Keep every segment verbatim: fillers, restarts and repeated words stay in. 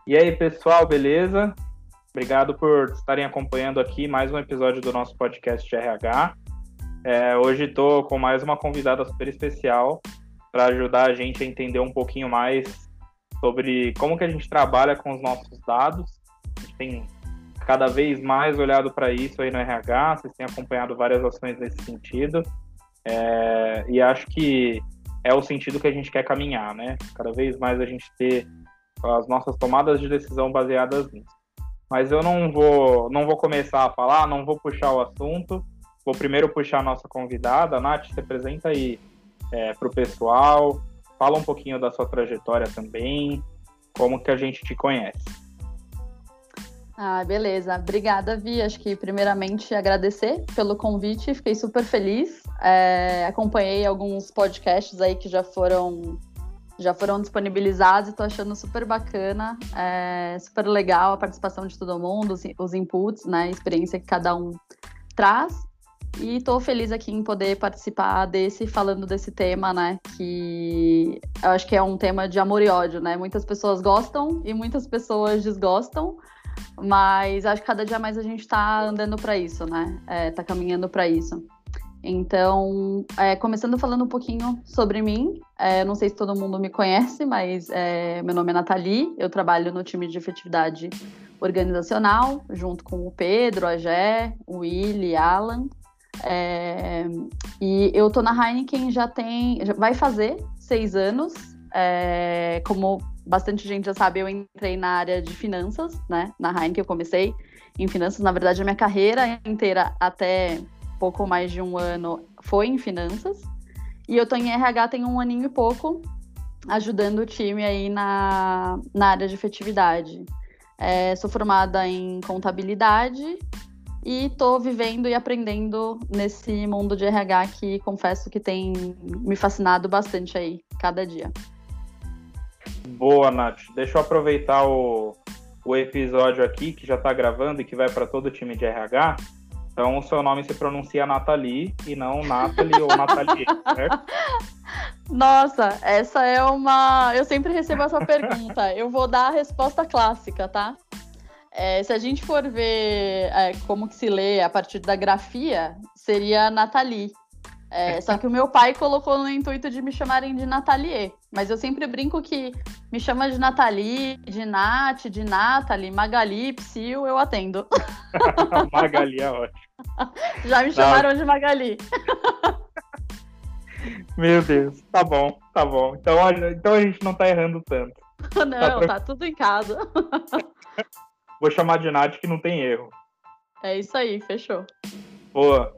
E aí, pessoal, beleza? Obrigado por estarem acompanhando aqui mais um episódio do nosso podcast de R H. É, hoje estou com mais uma convidada super especial para ajudar a gente a entender um pouquinho mais sobre como que a gente trabalha com os nossos dados. A gente tem cada vez mais olhado para isso aí no R H, vocês têm acompanhado várias ações nesse sentido, é, e acho que é o sentido que a gente quer caminhar, né? Cada vez mais a gente ter as nossas tomadas de decisão baseadas nisso. Mas eu não vou, não vou começar a falar, não vou puxar o assunto, vou primeiro puxar a nossa convidada. A Nath, se apresenta aí é, para o pessoal, fala um pouquinho da sua trajetória também, como que a gente te conhece. Ah, beleza. Obrigada, Vi. Acho que, primeiramente, agradecer pelo convite. Fiquei super feliz. É, acompanhei alguns podcasts aí que já foram, já foram disponibilizados e estou achando super bacana, é, super legal a participação de todo mundo, os, os inputs, né, a experiência que cada um traz. E estou feliz aqui em poder participar desse, falando desse tema, né, que eu acho que é um tema de amor e ódio, né? Muitas pessoas gostam e muitas pessoas desgostam, mas acho que cada dia mais a gente está andando para isso, né? É, tá caminhando para isso. Então, é, começando falando um pouquinho sobre mim, é, não sei se todo mundo me conhece, mas é, meu nome é Nathalie, eu trabalho no time de efetividade organizacional, junto com o Pedro, a Gé, o Willi, Alan, é, e eu tô na Heineken já tem, já vai fazer seis anos, é, como bastante gente já sabe, eu entrei na área de finanças, né? Na Heineken eu comecei em finanças, na verdade a minha carreira inteira até pouco mais de um ano foi em finanças, e eu tô em R H tem um aninho e pouco, ajudando o time aí na, na área de efetividade. É, sou formada em contabilidade e tô vivendo e aprendendo nesse mundo de R H que confesso que tem me fascinado bastante aí, cada dia. Boa, Nath. Deixa eu aproveitar o, o episódio aqui, que já está gravando e que vai para todo o time de R H. Então, o seu nome se pronuncia Nathalie e não Nathalie ou Nathalie, certo? Nossa, essa é uma... Eu sempre recebo essa pergunta. Eu vou dar a resposta clássica, tá? É, se a gente for ver é, como que se lê a partir da grafia, seria Nathalie. É, só que o meu pai colocou no intuito de me chamarem de Nathalie. Mas eu sempre brinco que me chama de Nathalie, de Nath, de Nathalie, Magali, Psyu, eu atendo. Magali é ótimo. Já me chamaram Não. de Magali. Meu Deus, tá bom, tá bom. Então a, então a gente não tá errando tanto. Não, tá, tá tudo em casa. Vou chamar de Nath que não tem erro. É isso aí, fechou. Boa.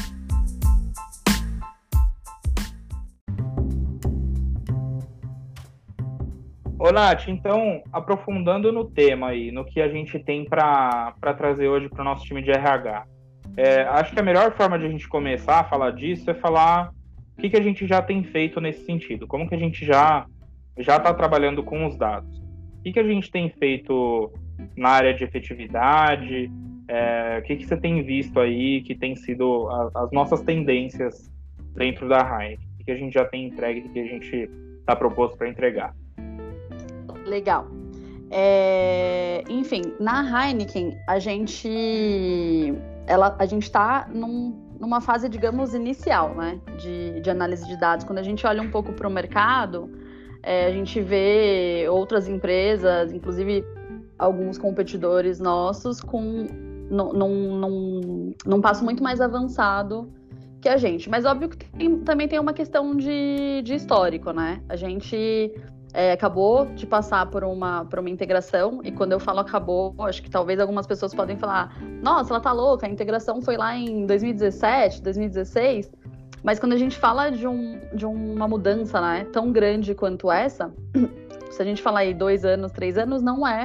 Ô, Nath, então, aprofundando no tema aí, no que a gente tem para trazer hoje para o nosso time de R H, é, acho que a melhor forma de a gente começar a falar disso é falar o que, que a gente já tem feito nesse sentido, como que a gente já já está trabalhando com os dados. O que, que a gente tem feito na área de efetividade, é, o que, que você tem visto aí que tem sido a, as nossas tendências dentro da Heineken, o que, que a gente já tem entregue, o que a gente está proposto para entregar. Legal. É, enfim, na Heineken, a gente ela, a gente está num, numa fase, digamos, inicial, né, de, de análise de dados. Quando a gente olha um pouco para o mercado, é, a gente vê outras empresas, inclusive alguns competidores nossos, com num, num, num, num passo muito mais avançado que a gente. Mas óbvio que tem, também tem uma questão de, de histórico, né? A gente... É, acabou de passar por uma, por uma integração, e quando eu falo acabou, acho que talvez algumas pessoas podem falar, nossa, ela tá louca, a integração foi lá em dois mil e dezessete, dois mil e dezesseis, mas quando a gente fala de, um, de uma mudança, né, tão grande quanto essa, se a gente falar aí dois anos, três anos, não é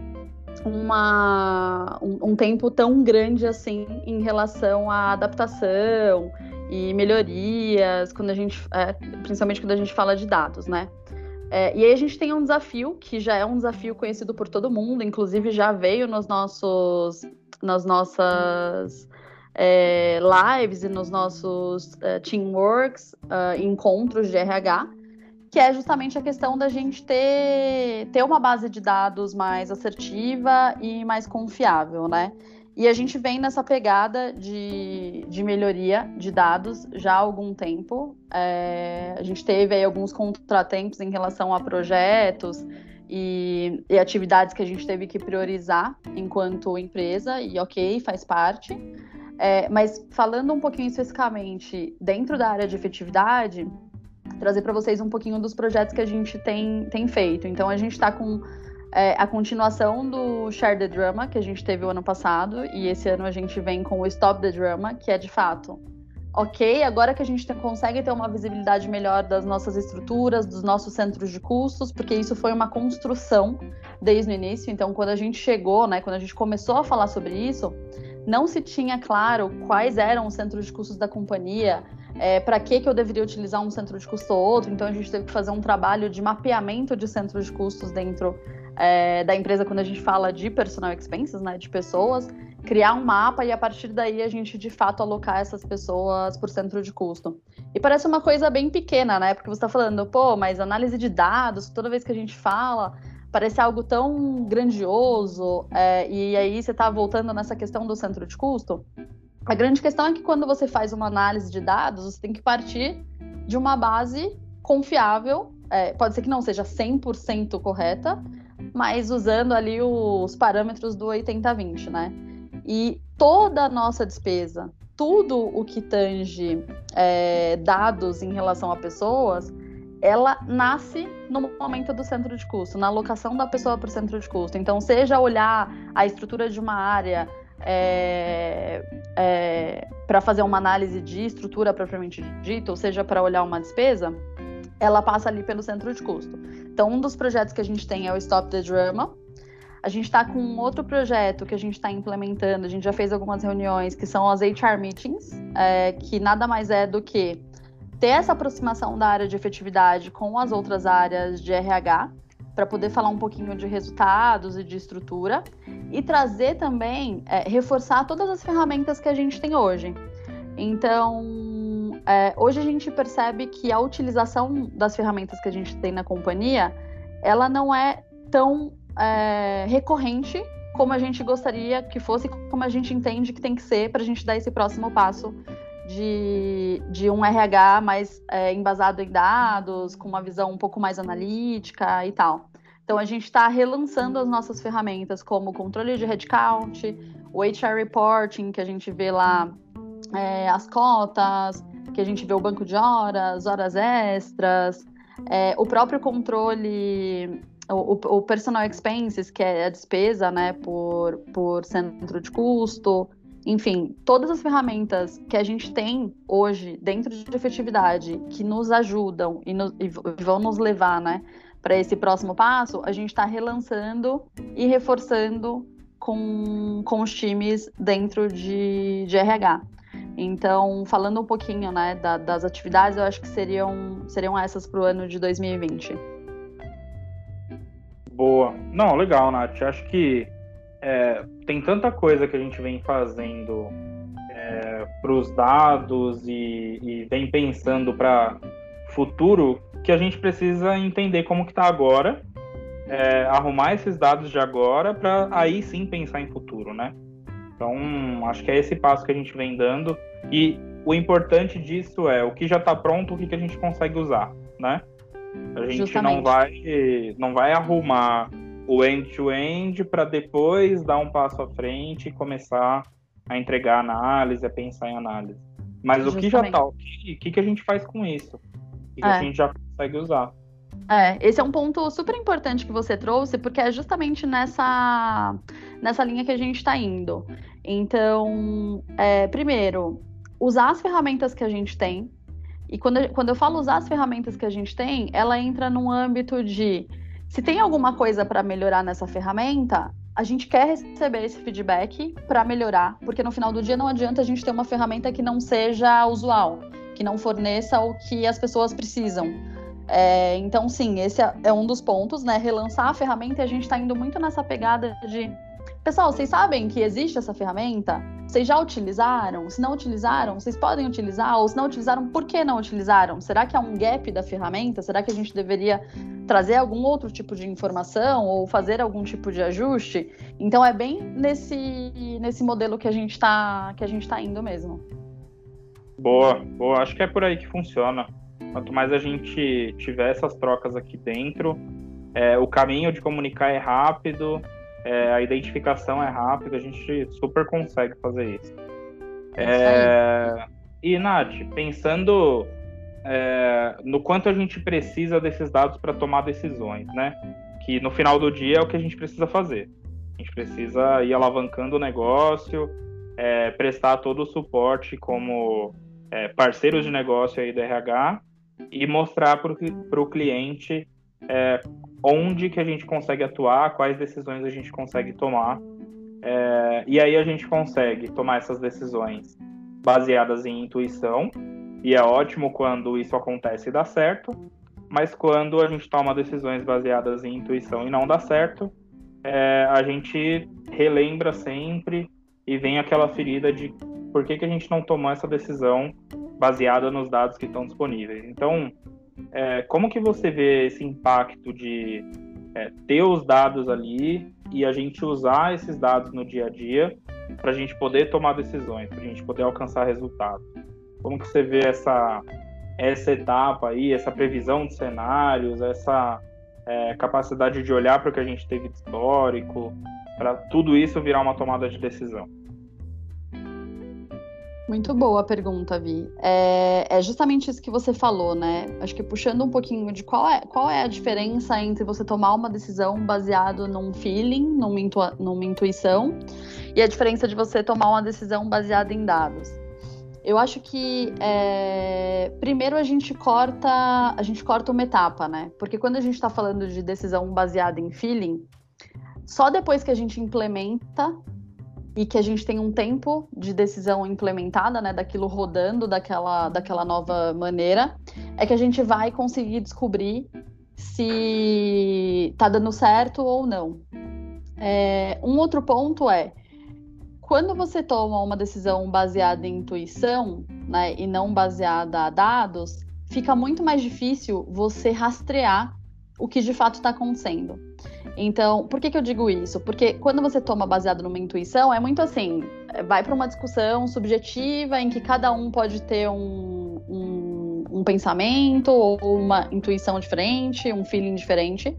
uma, um, um tempo tão grande assim em relação à adaptação e melhorias, quando a gente, é, principalmente quando a gente fala de dados, né? É, e aí a gente tem um desafio, que já é um desafio conhecido por todo mundo, inclusive já veio nos nossos, nas nossas é, lives e nos nossos uh, teamworks, uh, encontros de R H, que é justamente a questão da gente ter, ter uma base de dados mais assertiva e mais confiável, né? E a gente vem nessa pegada de, de melhoria de dados já há algum tempo. É, a gente teve aí alguns contratempos em relação a projetos e, e atividades que a gente teve que priorizar enquanto empresa, e ok, faz parte. É, mas falando um pouquinho especificamente dentro da área de efetividade, trazer para vocês um pouquinho dos projetos que a gente tem, tem feito. Então, a gente está com é, a continuação do Share the Drama, que a gente teve o ano passado, e esse ano a gente vem com o Stop the Drama, que é, de fato, ok, agora que a gente tem, consegue ter uma visibilidade melhor das nossas estruturas, dos nossos centros de custos, porque isso foi uma construção desde o início. Então, quando a gente chegou, né, quando a gente começou a falar sobre isso, não se tinha claro quais eram os centros de custos da companhia, é, para que, que eu deveria utilizar um centro de custo ou outro. Então, a gente teve que fazer um trabalho de mapeamento de centros de custos dentro é, da empresa, quando a gente fala de personal expenses, né, de pessoas, criar um mapa e, a partir daí, a gente, de fato, alocar essas pessoas por centro de custo. E parece uma coisa bem pequena, né, porque você está falando, pô, mas análise de dados, toda vez que a gente fala, parece algo tão grandioso, é, e aí você está voltando nessa questão do centro de custo. A grande questão é que quando você faz uma análise de dados, você tem que partir de uma base confiável, é, pode ser que não seja cem por cento correta, mas usando ali os parâmetros do oitenta vinte, né? E toda a nossa despesa, tudo o que tange é, dados em relação a pessoas, ela nasce no momento do centro de custo, na alocação da pessoa para o centro de custo. Então, seja olhar a estrutura de uma área é, é, para fazer uma análise de estrutura propriamente dita, ou seja, para olhar uma despesa, ela passa ali pelo centro de custo. Então, um dos projetos que a gente tem é o Stop the Drama. A gente está com um outro projeto que a gente está implementando, a gente já fez algumas reuniões, que são as H R Meetings, é, que nada mais é do que ter essa aproximação da área de efetividade com as outras áreas de R H, para poder falar um pouquinho de resultados e de estrutura, e trazer também, é, reforçar todas as ferramentas que a gente tem hoje. Então, é, hoje a gente percebe que a utilização das ferramentas que a gente tem na companhia, ela não é tão é, recorrente como a gente gostaria que fosse, como a gente entende que tem que ser para a gente dar esse próximo passo de, de um R H mais é, embasado em dados, com uma visão um pouco mais analítica e tal. Então, a gente está relançando as nossas ferramentas, como o controle de headcount, o H R Reporting, que a gente vê lá é, as cotas, que a gente vê o banco de horas, horas extras, é, o próprio controle, o, o Personal Expenses, que é a despesa, né, por, por centro de custo. Enfim, todas as ferramentas que a gente tem hoje dentro de efetividade que nos ajudam e, no, e vão nos levar, né, para esse próximo passo, a gente está relançando e reforçando com, com os times dentro de, de R H. Então, falando um pouquinho, né, da, das atividades, eu acho que seriam, seriam essas para o ano de dois mil e vinte. Boa. Não, legal, Nath. Acho que É, tem tanta coisa que a gente vem fazendo é, para os dados e, e vem pensando para futuro, que a gente precisa entender como que está agora, é, arrumar esses dados de agora para aí sim pensar em futuro, né? Então, acho que é esse passo que a gente vem dando, e o importante disso é o que já está pronto, o que, que a gente consegue usar, né? A gente não vai, não vai arrumar o end-to-end para depois dar um passo à frente e começar a entregar análise, a pensar em análise. Mas Justamente. o que já está, o que, que a gente faz com isso? O que, é. que a gente já consegue usar? É, esse é um ponto super importante que você trouxe, porque é justamente nessa, nessa linha que a gente está indo. Então, é, primeiro, usar as ferramentas que a gente tem. E quando, quando eu falo usar as ferramentas que a gente tem, ela entra num âmbito de: se tem alguma coisa para melhorar nessa ferramenta, a gente quer receber esse feedback para melhorar, porque no final do dia não adianta a gente ter uma ferramenta que não seja usual, que não forneça o que as pessoas precisam. É, então, sim, esse é um dos pontos, né? Relançar a ferramenta, e a gente está indo muito nessa pegada de: pessoal, vocês sabem que existe essa ferramenta? Vocês já utilizaram? Se não utilizaram, vocês podem utilizar? Ou se não utilizaram, por que não utilizaram? Será que há um gap da ferramenta? Será que a gente deveria trazer algum outro tipo de informação ou fazer algum tipo de ajuste? Então é bem nesse, nesse modelo que a gente está que a gente tá indo mesmo. Boa, boa. Acho que é por aí que funciona. Quanto mais a gente tiver essas trocas aqui dentro, é, o caminho de comunicar é rápido, é, a identificação é rápida, a gente super consegue fazer isso. É, e, Nath, pensando é, no quanto a gente precisa desses dados para tomar decisões, né? Que no final do dia é o que a gente precisa fazer. A gente precisa ir alavancando o negócio, é, prestar todo o suporte como é, parceiros de negócio aí do R H e mostrar para o cliente é, onde que a gente consegue atuar, quais decisões a gente consegue tomar. É, e aí a gente consegue tomar essas decisões baseadas em intuição, e é ótimo quando isso acontece e dá certo, mas quando a gente toma decisões baseadas em intuição e não dá certo, é, a gente relembra sempre e vem aquela ferida de por que, que a gente não tomou essa decisão baseada nos dados que estão disponíveis. Então, é, como que você vê esse impacto de é, ter os dados ali e a gente usar esses dados no dia a dia para a gente poder tomar decisões, para a gente poder alcançar resultados? Como que você vê essa, essa etapa aí, essa previsão de cenários, essa é, capacidade de olhar para o que a gente teve de histórico, para tudo isso virar uma tomada de decisão? Muito boa a pergunta, Vi. É, é justamente isso que você falou, né? Acho que puxando um pouquinho de qual é, qual é a diferença entre você tomar uma decisão baseado num feeling, numa, intua, numa intuição, e a diferença de você tomar uma decisão baseada em dados. Eu acho que é, primeiro a gente corta a gente corta uma etapa, né? Porque quando a gente está falando de decisão baseada em feeling, só depois que a gente implementa e que a gente tem um tempo de decisão implementada, né, daquilo rodando daquela, daquela nova maneira, é que a gente vai conseguir descobrir se tá dando certo ou não. É, um outro ponto é, quando você toma uma decisão baseada em intuição, né, e não baseada a dados, fica muito mais difícil você rastrear o que de fato está acontecendo. Então, por que que eu digo isso? Porque quando você toma baseado numa intuição, é muito assim, vai para uma discussão subjetiva em que cada um pode ter um, um, um pensamento ou uma intuição diferente, um feeling diferente,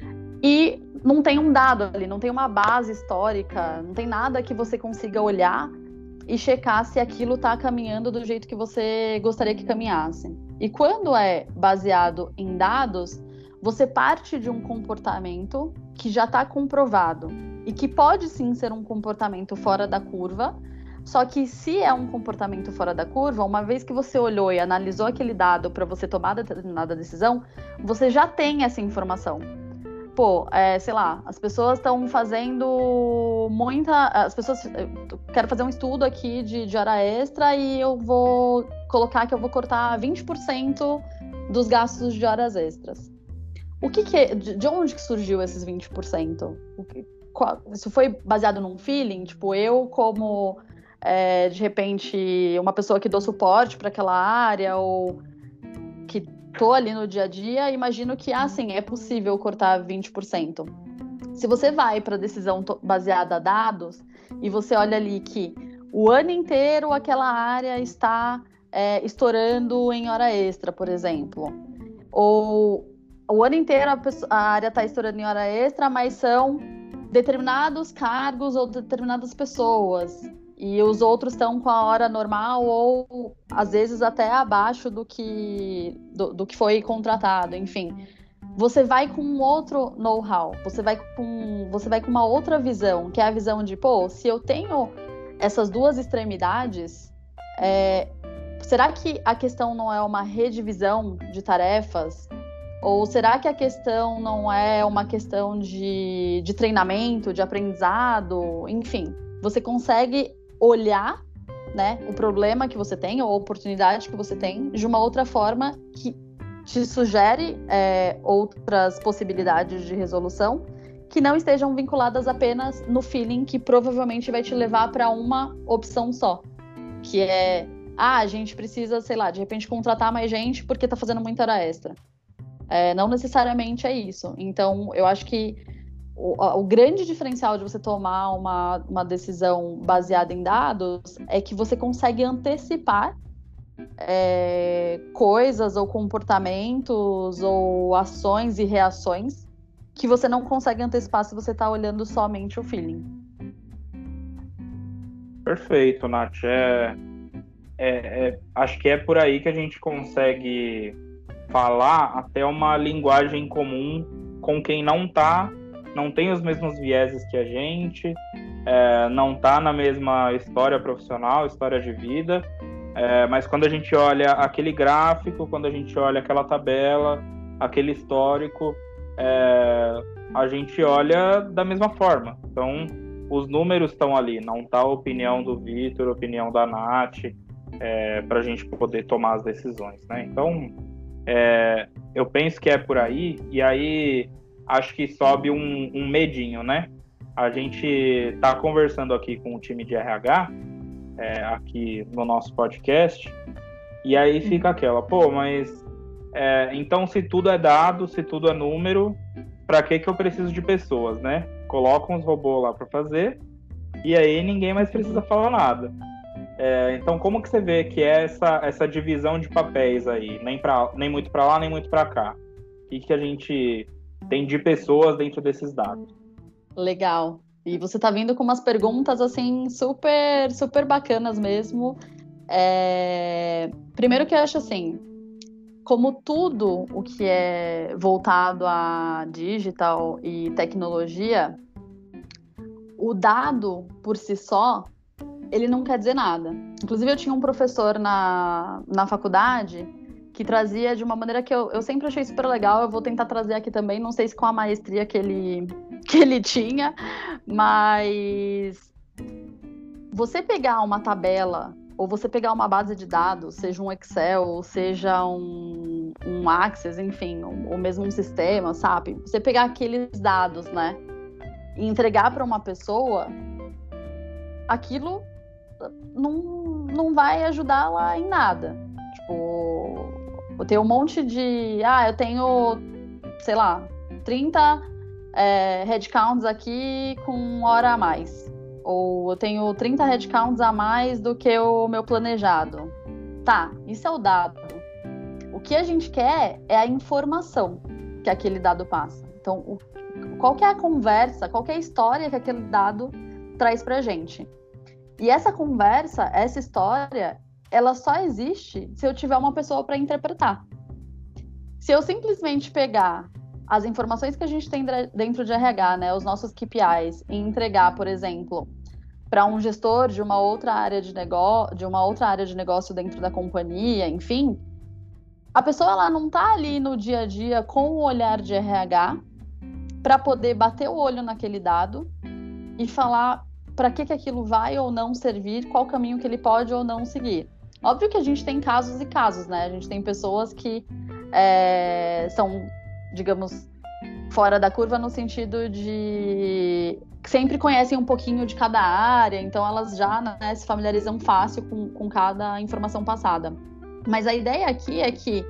e não tem um dado ali, não tem uma base histórica, não tem nada que você consiga olhar e checar se aquilo está caminhando do jeito que você gostaria que caminhasse. E quando é baseado em dados, você parte de um comportamento que já está comprovado e que pode sim ser um comportamento fora da curva, só que se é um comportamento fora da curva, uma vez que você olhou e analisou aquele dado para você tomar determinada decisão, você já tem essa informação. Pô, é, sei lá, as pessoas estão fazendo muita... As pessoas... Eu quero fazer um estudo aqui de, de hora extra e eu vou colocar que eu vou cortar vinte por cento dos gastos de horas extras. O que que é, de onde que surgiu esses vinte por cento? O que, qual, isso foi baseado num feeling? Tipo, eu como, é, de repente, uma pessoa que dou suporte para aquela área ou que tô ali no dia a dia, imagino que, ah, sim, é possível cortar vinte por cento. Se você vai para decisão baseada a dados e você olha ali que o ano inteiro aquela área está é, estourando em hora extra, por exemplo, ou o ano inteiro a, pessoa, a área está estourando em hora extra, mas são determinados cargos ou determinadas pessoas. E os outros estão com a hora normal ou, às vezes, até abaixo do que, do, do que foi contratado. Enfim, você vai com um outro know-how, você vai com, você vai com uma outra visão, que é a visão de, pô, se eu tenho essas duas extremidades, é, será que a questão não é uma redivisão de tarefas? Ou será que a questão não é uma questão de, de treinamento, de aprendizado? Enfim, você consegue olhar, né, o problema que você tem, ou a oportunidade que você tem, de uma outra forma que te sugere é, outras possibilidades de resolução que não estejam vinculadas apenas no feeling, que provavelmente vai te levar para uma opção só, que é, ah, a gente precisa, sei lá, de repente contratar mais gente porque tá fazendo muita hora extra. É, não necessariamente é isso. Então, eu acho que o, o grande diferencial de você tomar uma, uma decisão baseada em dados é que você consegue antecipar é, coisas ou comportamentos ou ações e reações que você não consegue antecipar se você está olhando somente o feeling. Perfeito, Nath. É, é, é, acho que é por aí que a gente consegue falar até uma linguagem comum com quem não tá, não tem os mesmos vieses que a gente, é, não tá na mesma história profissional, história de vida, é, mas quando a gente olha aquele gráfico, quando a gente olha aquela tabela, aquele histórico, é, a gente olha da mesma forma. Então, os números estão ali, não tá a opinião do Vitor, a opinião da Nath, é, para a gente poder tomar as decisões, né? Então, é, eu penso que é por aí, e aí acho que sobe um, um medinho, né? A gente tá conversando aqui com o time de R H, é, aqui no nosso podcast, e aí fica aquela, pô, mas é, então se tudo é dado, se tudo é número, para que que eu preciso de pessoas, né? Coloca uns robôs lá para fazer, e aí ninguém mais precisa falar nada. É, então, como que você vê que é essa, essa divisão de papéis aí? Nem, pra, nem muito para lá, nem muito para cá. O que, que a gente tem de pessoas dentro desses dados? Legal. E você tá vindo com umas perguntas, assim, super, super bacanas mesmo. É... Primeiro que eu acho, assim, como tudo o que é voltado a digital e tecnologia, o dado, por si só, ele não quer dizer nada. Inclusive, eu tinha um professor na, na faculdade que trazia de uma maneira que eu, eu sempre achei super legal. Eu vou tentar trazer aqui também, não sei se com a maestria que ele, que ele tinha, mas você pegar uma tabela ou você pegar uma base de dados, seja um Excel, ou seja um, um Access, enfim, ou mesmo um sistema, sabe? Você pegar aqueles dados, né, e entregar para uma pessoa, aquilo não, não vai ajudá-la em nada. Tipo, eu tenho um monte de... Ah, eu tenho, sei lá, trinta é, headcounts aqui com hora a mais. Ou eu tenho trinta headcounts a mais do que o meu planejado. Tá, isso é o dado. O que a gente quer é a informação que aquele dado passa. Então, o, qual que é a conversa, qual que é a história que aquele dado traz pra gente? E essa conversa, essa história, ela só existe se eu tiver uma pessoa para interpretar. Se eu simplesmente pegar as informações que a gente tem dentro de R H, né, os nossos K P Is, e entregar, por exemplo, para um gestor de uma outra área de negócio, de uma outra área de negócio dentro da companhia, enfim, a pessoa ela não está ali no dia a dia com o olhar de R H para poder bater o olho naquele dado e falar para que que aquilo vai ou não servir, qual caminho que ele pode ou não seguir. Óbvio que a gente tem casos e casos, né? A gente tem pessoas que é, são, digamos, fora da curva no sentido de que sempre conhecem um pouquinho de cada área, então elas já, né, se familiarizam fácil com, com cada informação passada. Mas a ideia aqui é que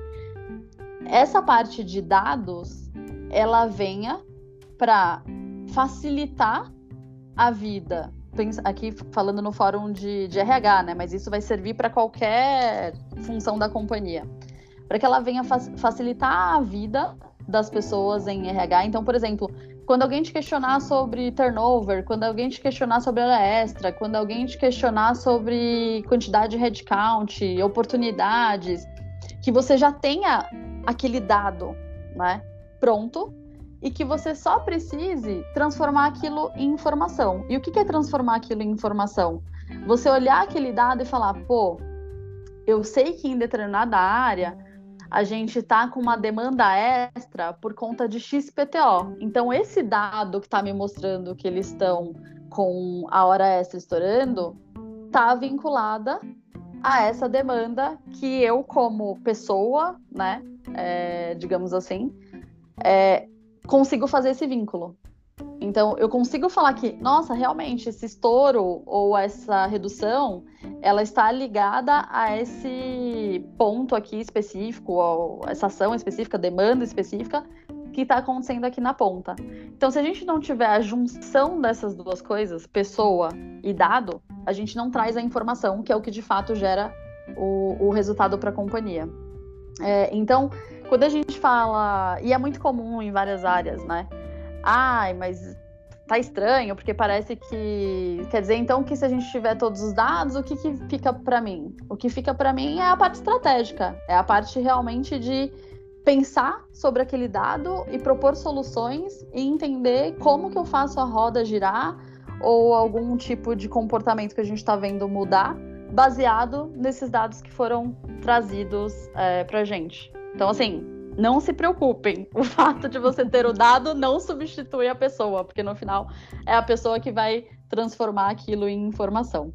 essa parte de dados, ela venha para facilitar a vida, aqui falando no fórum de, de R H, né? Mas isso vai servir para qualquer função da companhia, para que ela venha fa- facilitar a vida das pessoas em R H. Então, por exemplo, quando alguém te questionar sobre turnover, quando alguém te questionar sobre hora extra, quando alguém te questionar sobre quantidade de headcount, oportunidades, que você já tenha aquele dado, né, pronto, e que você só precise transformar aquilo em informação. E o que é transformar aquilo em informação? Você olhar aquele dado e falar, pô, eu sei que em determinada área a gente está com uma demanda extra por conta de X P T O. Então, esse dado que está me mostrando que eles estão com a hora extra estourando está vinculada a essa demanda que eu, como pessoa, né, é, digamos assim, é, consigo fazer esse vínculo. Então, eu consigo falar que, nossa, realmente, esse estouro ou essa redução, ela está ligada a esse ponto aqui específico, ou essa ação específica, demanda específica, que está acontecendo aqui na ponta. Então, se a gente não tiver a junção dessas duas coisas, pessoa e dado, a gente não traz a informação, que é o que de fato gera o, o resultado para a companhia. É, então, quando a gente fala, e é muito comum em várias áreas, né? Ai, mas tá estranho, porque parece que... Quer dizer, então, que se a gente tiver todos os dados, o que, que fica para mim? O que fica para mim é a parte estratégica, é a parte realmente de pensar sobre aquele dado e propor soluções e entender como que eu faço a roda girar ou algum tipo de comportamento que a gente está vendo mudar, baseado nesses dados que foram trazidos é, para a gente. Então, assim, não se preocupem. O fato de você ter o dado não substitui a pessoa, porque no final é a pessoa que vai transformar aquilo em informação.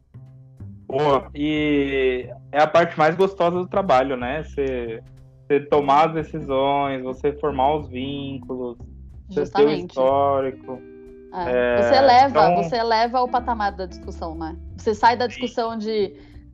Boa. E é a parte mais gostosa do trabalho, né? Você, você tomar as decisões, você formar os vínculos, você ter o histórico. É. É, você eleva, então... você eleva o patamar da discussão, né? Você sai da discussão de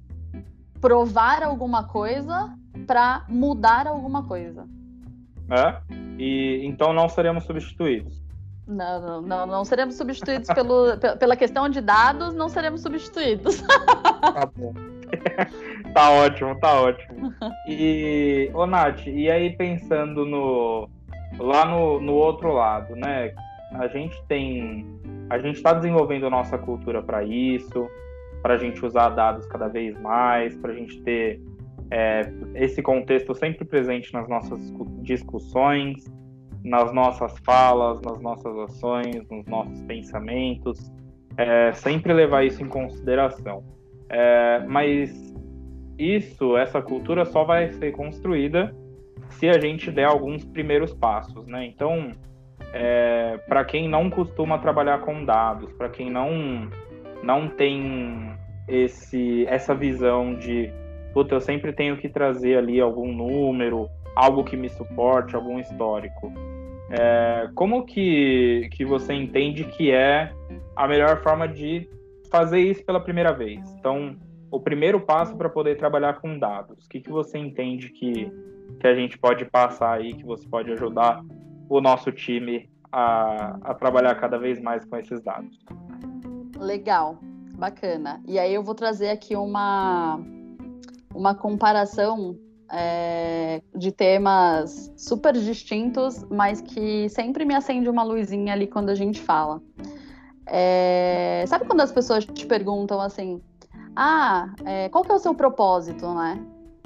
provar alguma coisa para mudar alguma coisa. É? E então não seremos substituídos. Não, não, não, não seremos substituídos pelo, pela questão de dados, não seremos substituídos. Tá bom. Tá ótimo, tá ótimo. E, ô Nath, e aí pensando no, lá no, no outro lado, né? A gente tem, a gente está desenvolvendo nossa cultura para isso, para a gente usar dados cada vez mais, para a gente ter é, esse contexto sempre presente nas nossas discussões, nas nossas falas, nas nossas ações, nos nossos pensamentos, é, sempre levar isso em consideração. É, mas isso, essa cultura só vai ser construída se a gente der alguns primeiros passos, né? Então, é, para quem não costuma trabalhar com dados, para quem não, não tem esse, essa visão de, puta, eu sempre tenho que trazer ali algum número, algo que me suporte, algum histórico. É, como que, que você entende que é a melhor forma de fazer isso pela primeira vez? Então, o primeiro passo para poder trabalhar com dados, o que, que você entende que, que a gente pode passar aí, que você pode ajudar o nosso time a, a trabalhar cada vez mais com esses dados? Legal, bacana. E aí eu vou trazer aqui uma, uma comparação é, de temas super distintos, mas que sempre me acende uma luzinha ali quando a gente fala. É, sabe quando as pessoas te perguntam assim, ah, é, qual que é o seu propósito, né?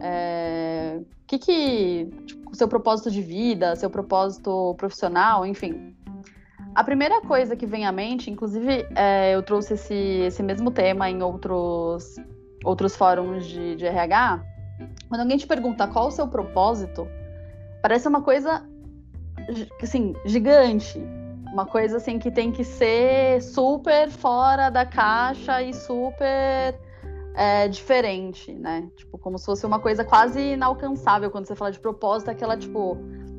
É, que que, tipo, seu propósito de vida, seu propósito profissional, enfim. A primeira coisa que vem à mente, inclusive é, eu trouxe esse, esse mesmo tema em outros, outros fóruns de, de R H, quando alguém te pergunta qual o seu propósito, parece uma coisa assim, gigante, uma coisa assim que tem que ser super fora da caixa e super é, diferente, né? Tipo, como se fosse uma coisa quase inalcançável quando você fala de propósito, aquela tipo...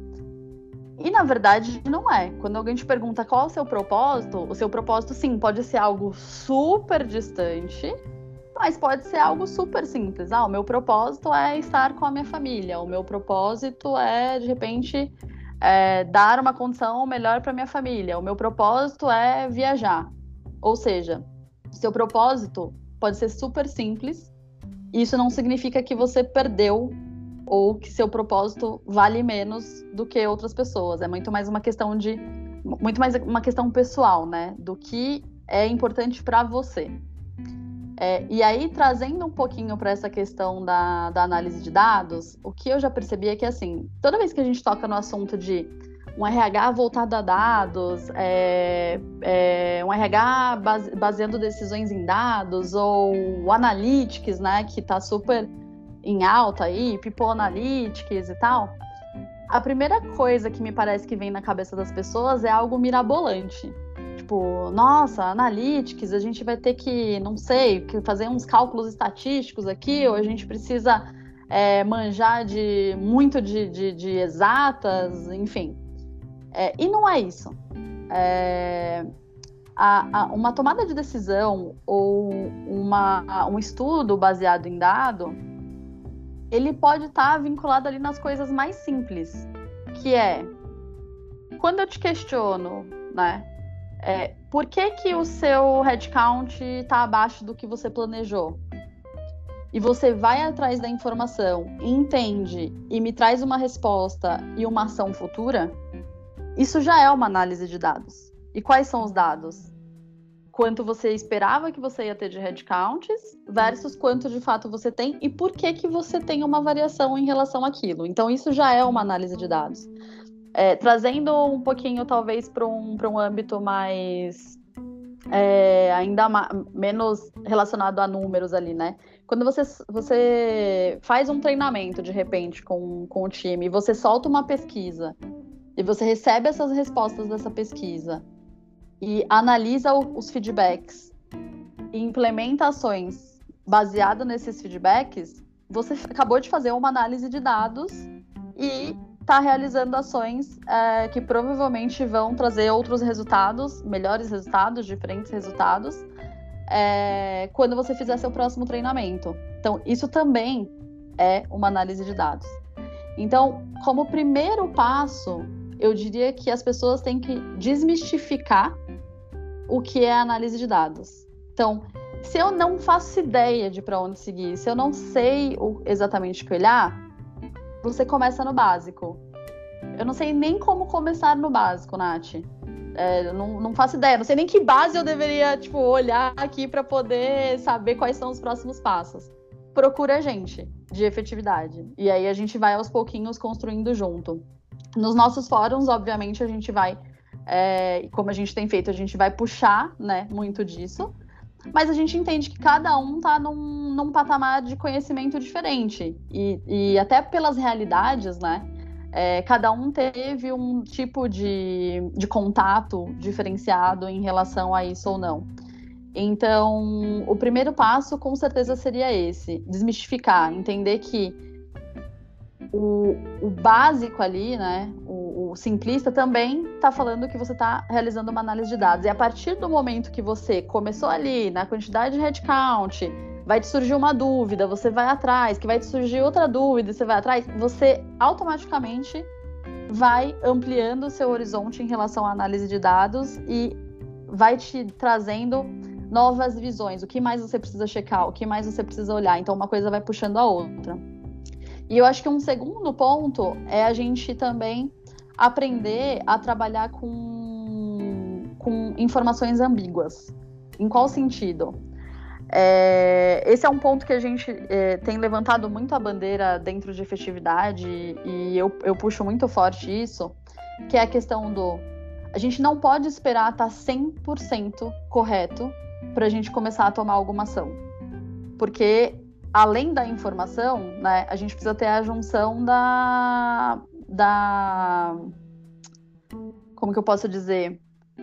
E na verdade não é. Quando alguém te pergunta qual é o seu propósito, o seu propósito sim, pode ser algo super distante, mas pode ser algo super simples. Ah, o meu propósito é estar com a minha família, o meu propósito é, de repente, é, dar uma condição melhor para minha família, o meu propósito é viajar. Ou seja, seu propósito pode ser super simples, e isso não significa que você perdeu ou que seu propósito vale menos do que outras pessoas. É muito mais uma questão de... muito mais uma questão pessoal, né? Do que é importante para você. É, e aí, trazendo um pouquinho para essa questão da, da análise de dados, o que eu já percebi é que, assim, toda vez que a gente toca no assunto de um R H voltado a dados, é, é, um R H base, baseando decisões em dados, ou o Analytics, né, que está super em alta aí, People Analytics e tal, a primeira coisa que me parece que vem na cabeça das pessoas é algo mirabolante. Tipo, nossa, Analytics, a gente vai ter que, não sei, fazer uns cálculos estatísticos aqui, ou a gente precisa é, manjar de, muito de, de, de exatas, enfim. É, e não é isso. é, a, a, uma tomada de decisão ou uma, um estudo baseado em dado, ele pode estar vinculado ali nas coisas mais simples, que é, quando eu te questiono, né, é, por que que o seu headcount está abaixo do que você planejou? E você vai atrás da informação, entende e me traz uma resposta e uma ação futura, isso já é uma análise de dados. E quais são os dados? Quanto você esperava que você ia ter de headcounts versus quanto de fato você tem e por que que você tem uma variação em relação àquilo. Então, isso já é uma análise de dados. É, trazendo um pouquinho, talvez, para um, para um âmbito mais... É, ainda ma- menos relacionado a números ali, né? Quando você, você faz um treinamento, de repente, com, com o time, e você solta uma pesquisa, e você recebe essas respostas dessa pesquisa, e analisa o, os feedbacks, e implementa ações baseadas nesses feedbacks, você acabou de fazer uma análise de dados e está realizando ações é, que provavelmente vão trazer outros resultados, melhores resultados, diferentes resultados, é, quando você fizer seu próximo treinamento. Então, isso também é uma análise de dados. Então, como primeiro passo, eu diria que as pessoas têm que desmistificar o que é análise de dados. Então, se eu não faço ideia de para onde seguir, se eu não sei o, exatamente o que olhar, você começa no básico. Eu não sei nem como começar no básico, Nath. É, eu não, não faço ideia. Não sei nem que base eu deveria tipo, olhar aqui para poder saber quais são os próximos passos. Procura a gente de efetividade. E aí a gente vai aos pouquinhos construindo junto. Nos nossos fóruns, obviamente, a gente vai, é, como a gente tem feito, a gente vai puxar, né, muito disso. Mas a gente entende que cada um está num, num patamar de conhecimento diferente. E, e até pelas realidades, né? É, cada um teve um tipo de, de contato diferenciado em relação a isso ou não. Então, o primeiro passo, com certeza, seria esse. Desmistificar, entender que o, o básico ali, né? O, o simplista também está falando que você está realizando uma análise de dados. E a partir do momento que você começou ali, na quantidade de headcount, vai te surgir uma dúvida, você vai atrás, que vai te surgir outra dúvida, você vai atrás, você automaticamente vai ampliando o seu horizonte em relação à análise de dados e vai te trazendo novas visões. O que mais você precisa checar, o que mais você precisa olhar. Então, uma coisa vai puxando a outra. E eu acho que um segundo ponto é a gente também aprender a trabalhar com, com informações ambíguas. Em qual sentido? É, esse é um ponto que a gente é, tem levantado muito a bandeira dentro de efetividade e eu, eu puxo muito forte isso, que é a questão do... A gente não pode esperar estar cem por cento correto para a gente começar a tomar alguma ação. Porque, além da informação, né, a gente precisa ter a junção da... da como que eu posso dizer?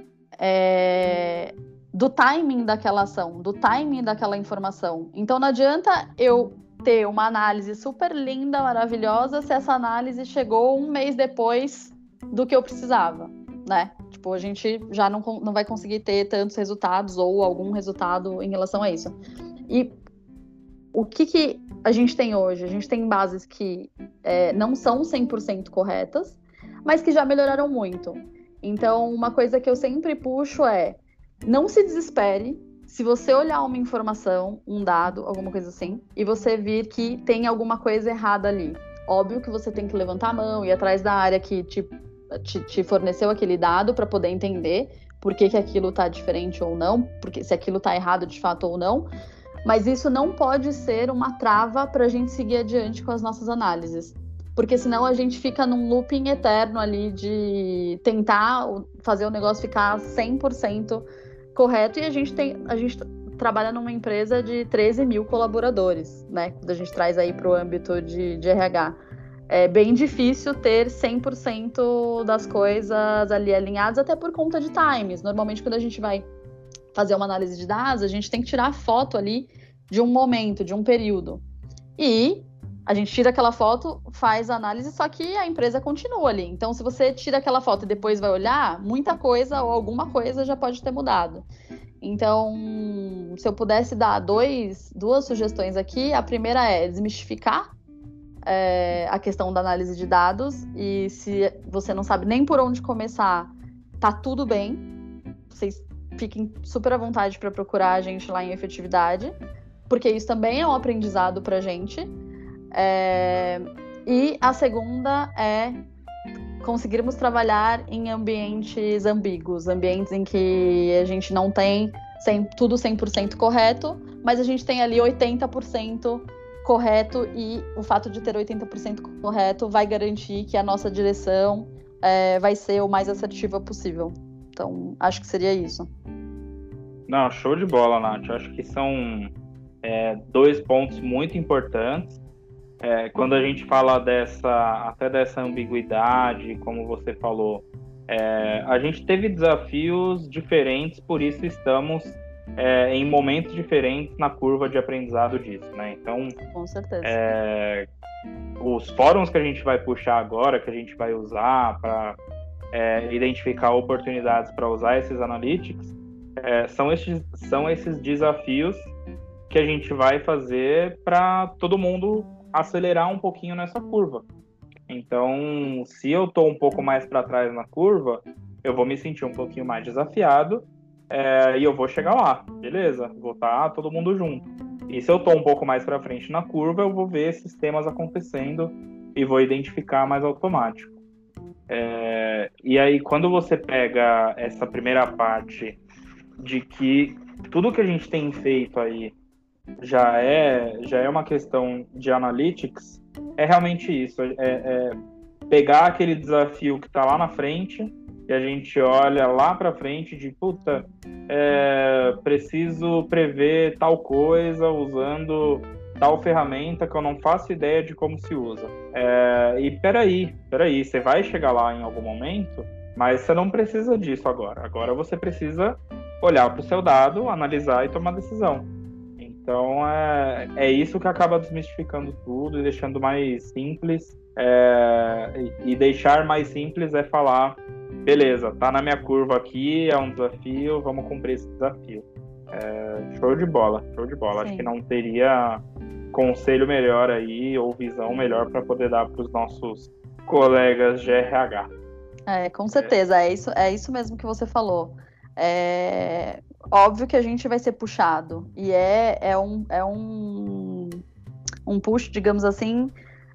É... do timing daquela ação, do timing daquela informação. Então, não adianta eu ter uma análise super linda, maravilhosa, se essa análise chegou um mês depois do que eu precisava, né? Tipo, a gente já não, não vai conseguir ter tantos resultados ou algum resultado em relação a isso. E o que, que a gente tem hoje? A gente tem bases que é, não são cem por cento corretas, mas que já melhoraram muito. Então, uma coisa que eu sempre puxo é: não se desespere se você olhar uma informação, um dado, alguma coisa assim, e você vir que tem alguma coisa errada ali. Óbvio que você tem que levantar a mão e ir atrás da área que te, te, te forneceu aquele dado para poder entender por que, que aquilo está diferente ou não, porque se aquilo está errado de fato ou não. Mas isso não pode ser uma trava para a gente seguir adiante com as nossas análises. Porque senão a gente fica num looping eterno ali de tentar fazer o negócio ficar cem por cento correto, e a gente tem, a gente trabalha numa empresa de treze mil colaboradores, né? Quando a gente traz aí para o âmbito de, de R H. É bem difícil ter cem por cento das coisas ali alinhadas, até por conta de times. Normalmente, quando a gente vai fazer uma análise de dados, a gente tem que tirar foto ali de um momento, de um período. E A gente tira aquela foto, faz a análise, só que a empresa continua ali. Então, se você tira aquela foto e depois vai olhar, muita coisa ou alguma coisa já pode ter mudado. Então, se eu pudesse dar dois, duas sugestões aqui, a primeira é desmistificar é, a questão da análise de dados. E se você não sabe nem por onde começar, tá tudo bem. Vocês fiquem super à vontade para procurar a gente lá em efetividade, porque isso também é um aprendizado para a gente. É... E a segunda é conseguirmos trabalhar em ambientes ambíguos, ambientes em que a gente não tem cem, tudo cem por cento correto, mas a gente tem ali oitenta por cento correto, e o fato de ter oitenta por cento correto vai garantir que a nossa direção é, vai ser o mais assertiva possível. Então, acho que seria isso. Não, show de bola, Nath. Acho que são é, dois pontos muito importantes. É, quando a gente fala dessa, até dessa ambiguidade, como você falou, é, a gente teve desafios diferentes, por isso estamos é, em momentos diferentes na curva de aprendizado disso, né? Então, com certeza. É, os fóruns que a gente vai puxar agora, que a gente vai usar para é, identificar oportunidades para usar esses analytics, é, são, esses, são esses desafios que a gente vai fazer para todo mundo acelerar um pouquinho nessa curva. Então, se eu estou um pouco mais para trás na curva, eu vou me sentir um pouquinho mais desafiado é, e eu vou chegar lá, beleza? Vou estar todo mundo junto. E se eu estou um pouco mais para frente na curva, eu vou ver esses temas acontecendo e vou identificar mais automático. É, e aí, quando você pega essa primeira parte de que tudo que a gente tem feito aí já é, já é uma questão de analytics, é realmente isso, é, é pegar aquele desafio que está lá na frente e a gente olha lá para frente de, puta, é, preciso prever tal coisa usando tal ferramenta que eu não faço ideia de como se usa. É, e peraí, peraí, você vai chegar lá em algum momento, mas você não precisa disso agora. Agora você precisa olhar para o seu dado, analisar e tomar decisão. Então, é, é isso que acaba desmistificando tudo e deixando mais simples. É, e, e deixar mais simples é falar, beleza, tá na minha curva aqui, é um desafio, vamos cumprir esse desafio. É, show de bola, show de bola. Sim. Acho que não teria conselho melhor aí, ou visão melhor para poder dar para os nossos colegas de R H. É, com certeza, é, é, isso, é isso mesmo que você falou. É... Óbvio que a gente vai ser puxado, e é, é, um, é um, um push, digamos assim,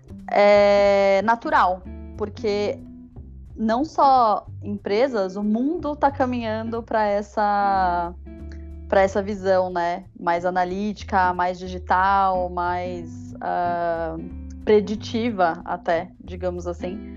é natural, porque não só empresas, o mundo está caminhando para essa, para essa visão, né, mais analítica, mais digital, mais uh, preditiva até, digamos assim.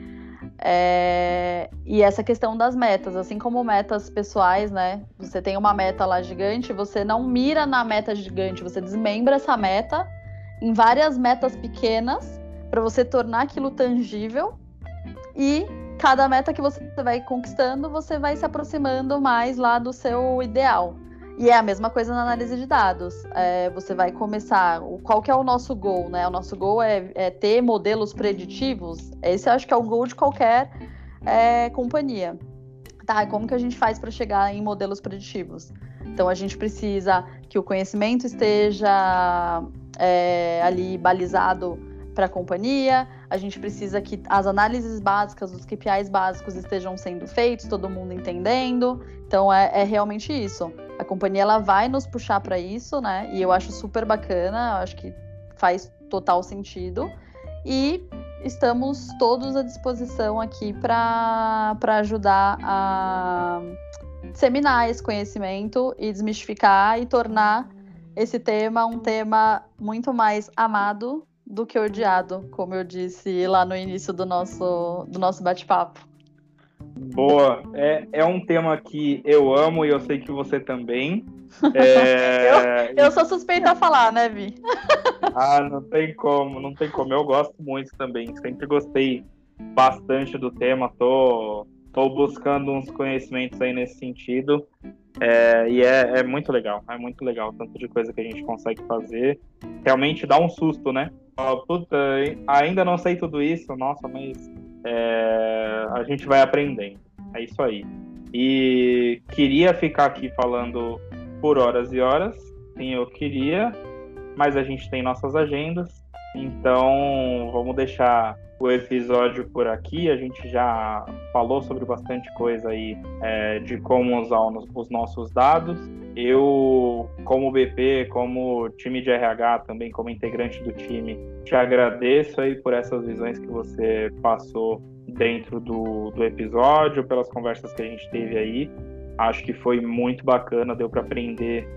É, e essa questão das metas, assim como metas pessoais, né? Você tem uma meta lá gigante, você não mira na meta gigante, você desmembra essa meta em várias metas pequenas para você tornar aquilo tangível, e cada meta que você vai conquistando, você vai se aproximando mais lá do seu ideal. E é a mesma coisa na análise de dados. É, você vai começar... Qual que é o nosso goal, né? O nosso goal é, é ter modelos preditivos. Esse eu acho que é o goal de qualquer é, companhia. Tá, como que a gente faz para chegar em modelos preditivos? Então, a gente precisa que o conhecimento esteja é, ali balizado para a companhia, a gente precisa que as análises básicas, os K P Is básicos estejam sendo feitos, todo mundo entendendo. Então, é, é realmente isso. A companhia ela vai nos puxar para isso, né? E eu acho super bacana, eu acho que faz total sentido. E estamos todos à disposição aqui para para ajudar a disseminar esse conhecimento e desmistificar e tornar esse tema um tema muito mais amado do que odiado, como eu disse lá no início do nosso, do nosso bate-papo. Boa, é, é um tema que eu amo e eu sei que você também. É... eu, eu sou suspeita a falar, né, Vi? Ah, não tem como, não tem como. Eu gosto muito também, sempre gostei bastante do tema, tô, tô buscando uns conhecimentos aí nesse sentido. É, e é, é muito legal, é muito legal, tanto de coisa que a gente consegue fazer. Realmente dá um susto, né? puta, ainda não sei tudo isso, nossa, mas é, a gente vai aprendendo. É isso aí. E queria ficar aqui falando por horas e horas. Sim, eu queria, mas a gente tem nossas agendas. Então, vamos deixar o episódio por aqui. A gente já falou sobre bastante coisa aí é, de como usar os nossos dados. Eu, como B P, como time de R H, também como integrante do time, te agradeço aí por essas visões que você passou dentro do, do episódio, pelas conversas que a gente teve aí. Acho que foi muito bacana, deu para aprender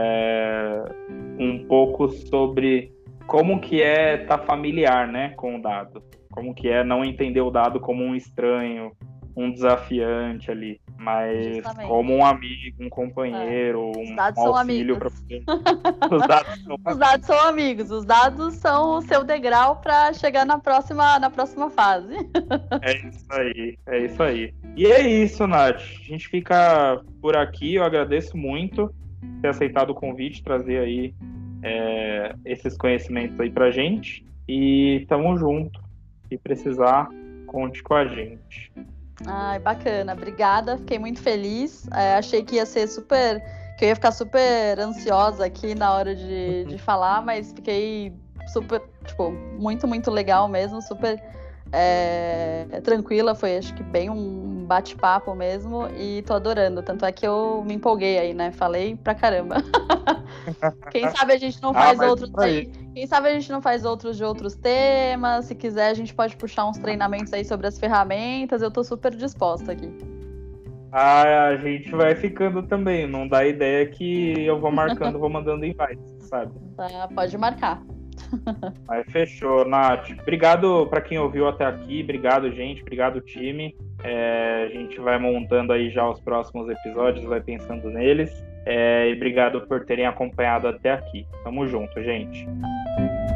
é, um pouco sobre como que é estar tá familiar, né, com o dado. Como que é não entender o dado como um estranho, um desafiante ali, mas justamente como um amigo, um companheiro, é. um auxílio para você. Os dados são os dados são amigos, os dados são o seu degrau para chegar na próxima, na próxima fase. É isso aí, é isso aí. E é isso, Nath. A gente fica por aqui. Eu agradeço muito ter aceitado o convite, trazer aí é, esses conhecimentos aí pra gente. E tamo junto. Se precisar, conte com a gente. Ai, bacana. Obrigada. Fiquei muito feliz. É, achei que ia ser super... que eu ia ficar super ansiosa aqui na hora de, de falar, mas fiquei super, tipo, muito, muito legal mesmo. Super é, tranquila. Foi, acho que, bem um bate-papo mesmo. E tô adorando. Tanto é que eu me empolguei aí, né? Falei pra caramba. Quem sabe a gente não faz ah, outros aí. Quem sabe a gente não faz outros de outros temas. Se quiser, a gente pode puxar uns treinamentos aí sobre as ferramentas. Eu tô super disposta aqui. Ah, a gente vai ficando também. Não dá ideia que eu vou marcando, vou mandando invites, sabe? Tá, pode marcar. Aí fechou, Nath. Obrigado para quem ouviu até aqui. Obrigado, gente. Obrigado, time. É, a gente vai montando aí já os próximos episódios, vai pensando neles. É, e obrigado por terem acompanhado até aqui. Tamo junto, gente.